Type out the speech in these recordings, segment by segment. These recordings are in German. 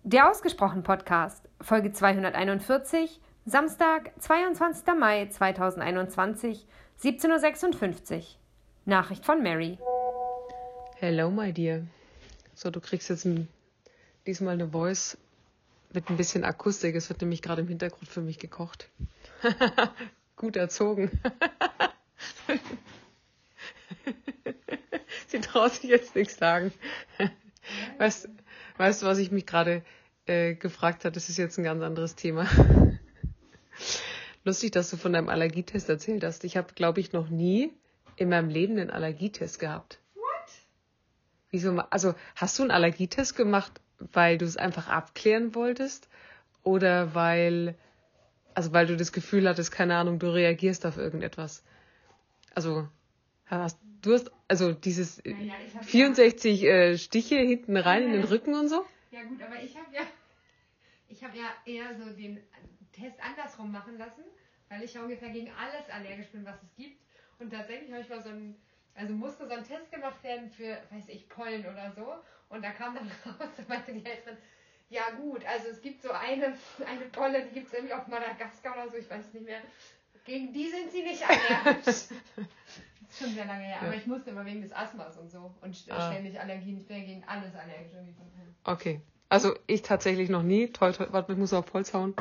Der Ausgesprochen-Podcast, Folge 241, Samstag, 22. Mai 2021, 17.56 Uhr. Nachricht von Mary. Hello, my dear. So, du kriegst jetzt diesmal eine Voice mit ein bisschen Akustik. Es wird nämlich gerade im Hintergrund für mich gekocht. Gut erzogen. Sie traut sich jetzt nichts sagen. Weißt du, was ich mich gerade gefragt habe? Das ist jetzt ein ganz anderes Thema. Lustig, dass du von deinem Allergietest erzählt hast. Ich habe, glaube ich, noch nie in meinem Leben einen Allergietest gehabt. What? Wieso? Also, hast du einen Allergietest gemacht, weil du es einfach abklären wolltest? Oder weil du das Gefühl hattest, keine Ahnung, du reagierst auf irgendetwas? Also, du hast dieses 64 Stiche hinten rein in den Rücken und so? Ja gut, aber ich habe ja eher so den Test andersrum machen lassen, weil ich ja ungefähr gegen alles allergisch bin, was es gibt. Und tatsächlich habe ich mal musste so ein Test gemacht werden für, weiß ich, Pollen oder so. Und da kam dann raus, da meinte die Helferin, ja gut, also es gibt so eine Polle, die gibt es irgendwie auf Madagaskar oder so, ich weiß nicht mehr. Gegen die sind sie nicht allergisch. Das ist schon sehr lange her, ja. Aber ich musste immer wegen des Asthmas und so und ständig Allergien. Ich bin ja gegen alles allergisch. Okay, also ich tatsächlich noch nie. Toll, warte, ich muss auf Holz hauen.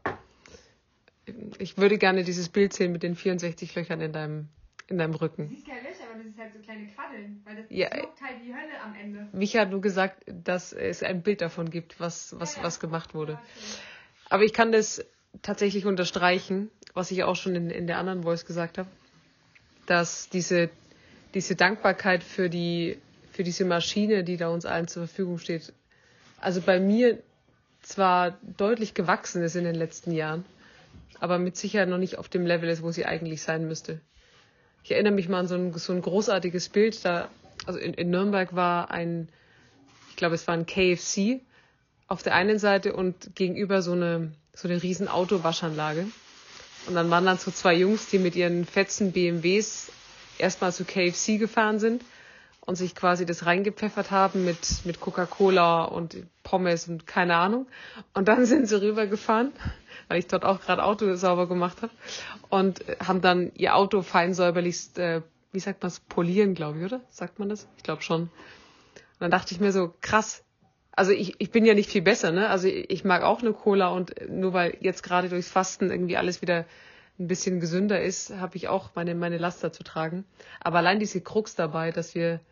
Ich würde gerne dieses Bild sehen mit den 64 Löchern in deinem Rücken. Du siehst keine Löcher, aber das ist halt so kleine Quaddeln, weil das juckt halt die Hölle am Ende. Micha hat nur gesagt, dass es ein Bild davon gibt, was gemacht wurde. Aber ich kann das tatsächlich unterstreichen, was ich auch schon in der anderen Voice gesagt habe, dass diese Dankbarkeit für diese Maschine, die da uns allen zur Verfügung steht, also bei mir zwar deutlich gewachsen ist in den letzten Jahren, aber mit Sicherheit noch nicht auf dem Level ist, wo sie eigentlich sein müsste. Ich erinnere mich mal an so ein großartiges Bild, also in Nürnberg war ich glaube es war ein KFC auf der einen Seite und gegenüber so eine riesen Autowaschanlage. Und dann waren so zwei Jungs, die mit ihren fetzen BMWs erstmal zu KFC gefahren sind und sich quasi das reingepfeffert haben mit Coca-Cola und Pommes und keine Ahnung. Und dann sind sie rübergefahren, weil ich dort auch gerade Auto sauber gemacht habe und haben dann ihr Auto fein säuberlichst, wie sagt man es, polieren, glaube ich, oder? Sagt man das? Ich glaube schon. Und dann dachte ich mir so, krass. Also ich bin ja nicht viel besser, ne? Also ich mag auch eine Cola und nur weil jetzt gerade durchs Fasten irgendwie alles wieder ein bisschen gesünder ist, habe ich auch meine Laster zu tragen. Aber allein diese Krux dabei, dass wir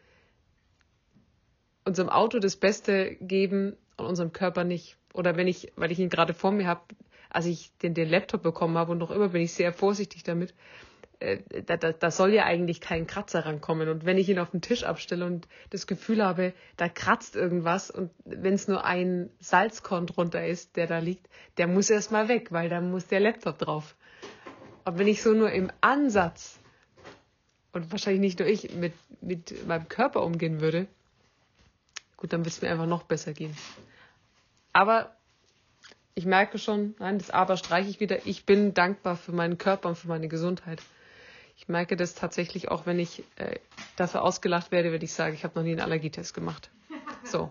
unserem Auto das Beste geben und unserem Körper nicht. Oder weil ich ihn gerade vor mir habe, als ich den Laptop bekommen habe und noch immer bin ich sehr vorsichtig damit, da soll ja eigentlich kein Kratzer rankommen. Und wenn ich ihn auf den Tisch abstelle und das Gefühl habe, da kratzt irgendwas und wenn es nur ein Salzkorn drunter ist, der da liegt, der muss erstmal weg, weil da muss der Laptop drauf. Und wenn ich so nur im Ansatz und wahrscheinlich nicht nur ich mit meinem Körper umgehen würde, gut, dann wird es mir einfach noch besser gehen. Aber ich merke schon, nein, das Aber streiche ich wieder, ich bin dankbar für meinen Körper und für meine Gesundheit. Ich merke das tatsächlich auch, wenn ich dafür ausgelacht werde, wenn ich sage, ich habe noch nie einen Allergietest gemacht. So.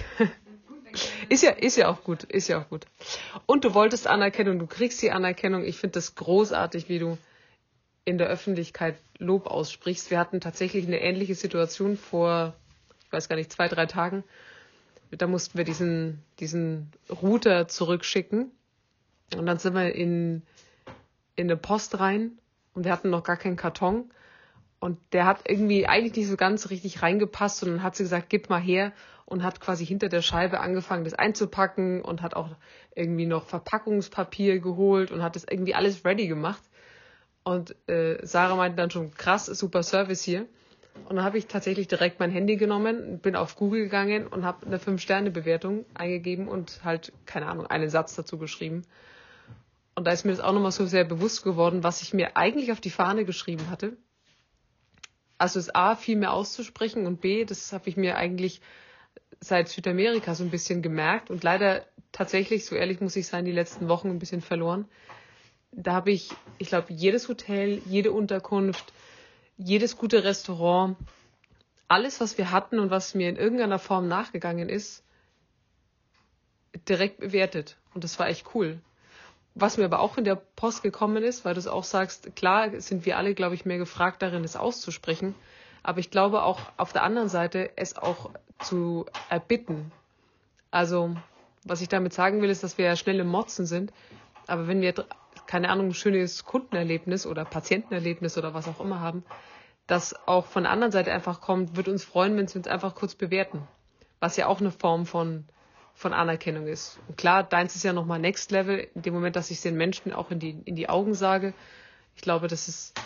Ist ja auch gut. Und du wolltest Anerkennung, du kriegst die Anerkennung. Ich finde das großartig, wie du in der Öffentlichkeit Lob aussprichst. Wir hatten tatsächlich eine ähnliche Situation vor, ich weiß gar nicht, 2-3 Tagen. Da mussten wir diesen Router zurückschicken. Und dann sind wir in eine Post rein. Und wir hatten noch gar keinen Karton. Und der hat irgendwie eigentlich nicht so ganz richtig reingepasst. Und dann hat sie gesagt, gib mal her. Und hat quasi hinter der Scheibe angefangen, das einzupacken. Und hat auch irgendwie noch Verpackungspapier geholt. Und hat das irgendwie alles ready gemacht. Und Sarah meinte dann schon, krass, super Service hier. Und dann habe ich tatsächlich direkt mein Handy genommen, bin auf Google gegangen und habe eine 5-Sterne-Bewertung eingegeben und halt, keine Ahnung, einen Satz dazu geschrieben. Und da ist mir das auch nochmal so sehr bewusst geworden, was ich mir eigentlich auf die Fahne geschrieben hatte. Also das A, viel mehr auszusprechen und B, das habe ich mir eigentlich seit Südamerika so ein bisschen gemerkt und leider tatsächlich, so ehrlich muss ich sein, die letzten Wochen ein bisschen verloren. Da habe ich glaube, jedes Hotel, jede Unterkunft, jedes gute Restaurant, alles, was wir hatten und was mir in irgendeiner Form nachgegangen ist, direkt bewertet. Und das war echt cool. Was mir aber auch in der Post gekommen ist, weil du es auch sagst, klar sind wir alle, glaube ich, mehr gefragt darin, es auszusprechen. Aber ich glaube auch auf der anderen Seite, es auch zu erbitten. Also, was ich damit sagen will, ist, dass wir ja schnell im Motzen sind. Aber wenn wir, keine Ahnung, ein schönes Kundenerlebnis oder Patientenerlebnis oder was auch immer haben, das auch von der anderen Seite einfach kommt, würde uns freuen, wenn sie uns einfach kurz bewerten. Was ja auch eine Form von Anerkennung ist. Und klar, deins ist ja nochmal Next Level, in dem Moment, dass ich es den Menschen auch in die Augen sage. Ich glaube, das ist,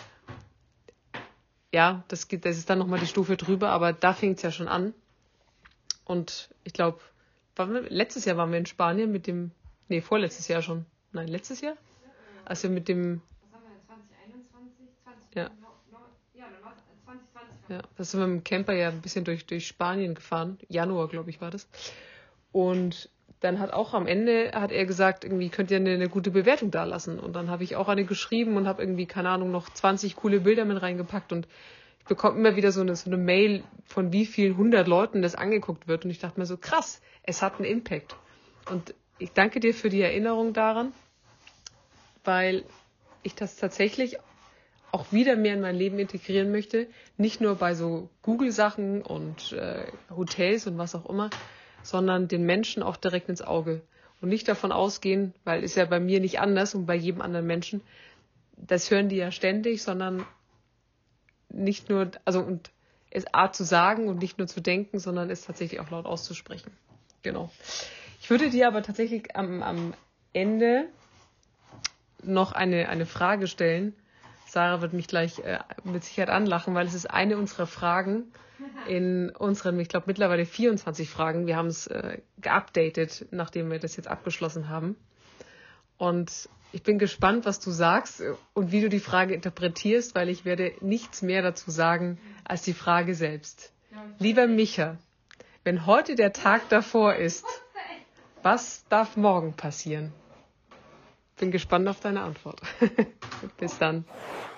ja, das ist dann nochmal die Stufe drüber, aber da fängt es ja schon an. Und ich glaube, letztes Jahr waren wir in Spanien vorletztes Jahr schon. Nein, letztes Jahr? Also mit dem... Was haben wir denn? 2021? Ja. Dann war es 2020. Ja, da sind wir mit dem Camper ja ein bisschen durch Spanien gefahren. Januar, glaube ich, war das. Und dann hat auch am Ende, hat er gesagt, irgendwie könnt ihr eine gute Bewertung da lassen. Und dann habe ich auch eine geschrieben und habe irgendwie, keine Ahnung, noch 20 coole Bilder mit reingepackt. Und ich bekomme immer wieder so eine Mail, von wie vielen 100 Leuten das angeguckt wird. Und ich dachte mir so, krass, es hat einen Impact. Und ich danke dir für die Erinnerung daran, weil ich das tatsächlich auch wieder mehr in mein Leben integrieren möchte. Nicht nur bei so Google-Sachen und Hotels und was auch immer, sondern den Menschen auch direkt ins Auge. Und nicht davon ausgehen, weil ist ja bei mir nicht anders und bei jedem anderen Menschen, das hören die ja ständig, sondern nicht nur, also und es A zu sagen und nicht nur zu denken, sondern es tatsächlich auch laut auszusprechen. Genau. Ich würde dir aber tatsächlich am Ende noch eine Frage stellen. Sarah wird mich gleich mit Sicherheit anlachen, weil es ist eine unserer Fragen in unseren, ich glaube, mittlerweile 24 Fragen. Wir haben es geupdatet, nachdem wir das jetzt abgeschlossen haben. Und ich bin gespannt, was du sagst und wie du die Frage interpretierst, weil ich werde nichts mehr dazu sagen als die Frage selbst. Lieber Micha, wenn heute der Tag davor ist, was darf morgen passieren? Bin gespannt auf deine Antwort. Bis dann.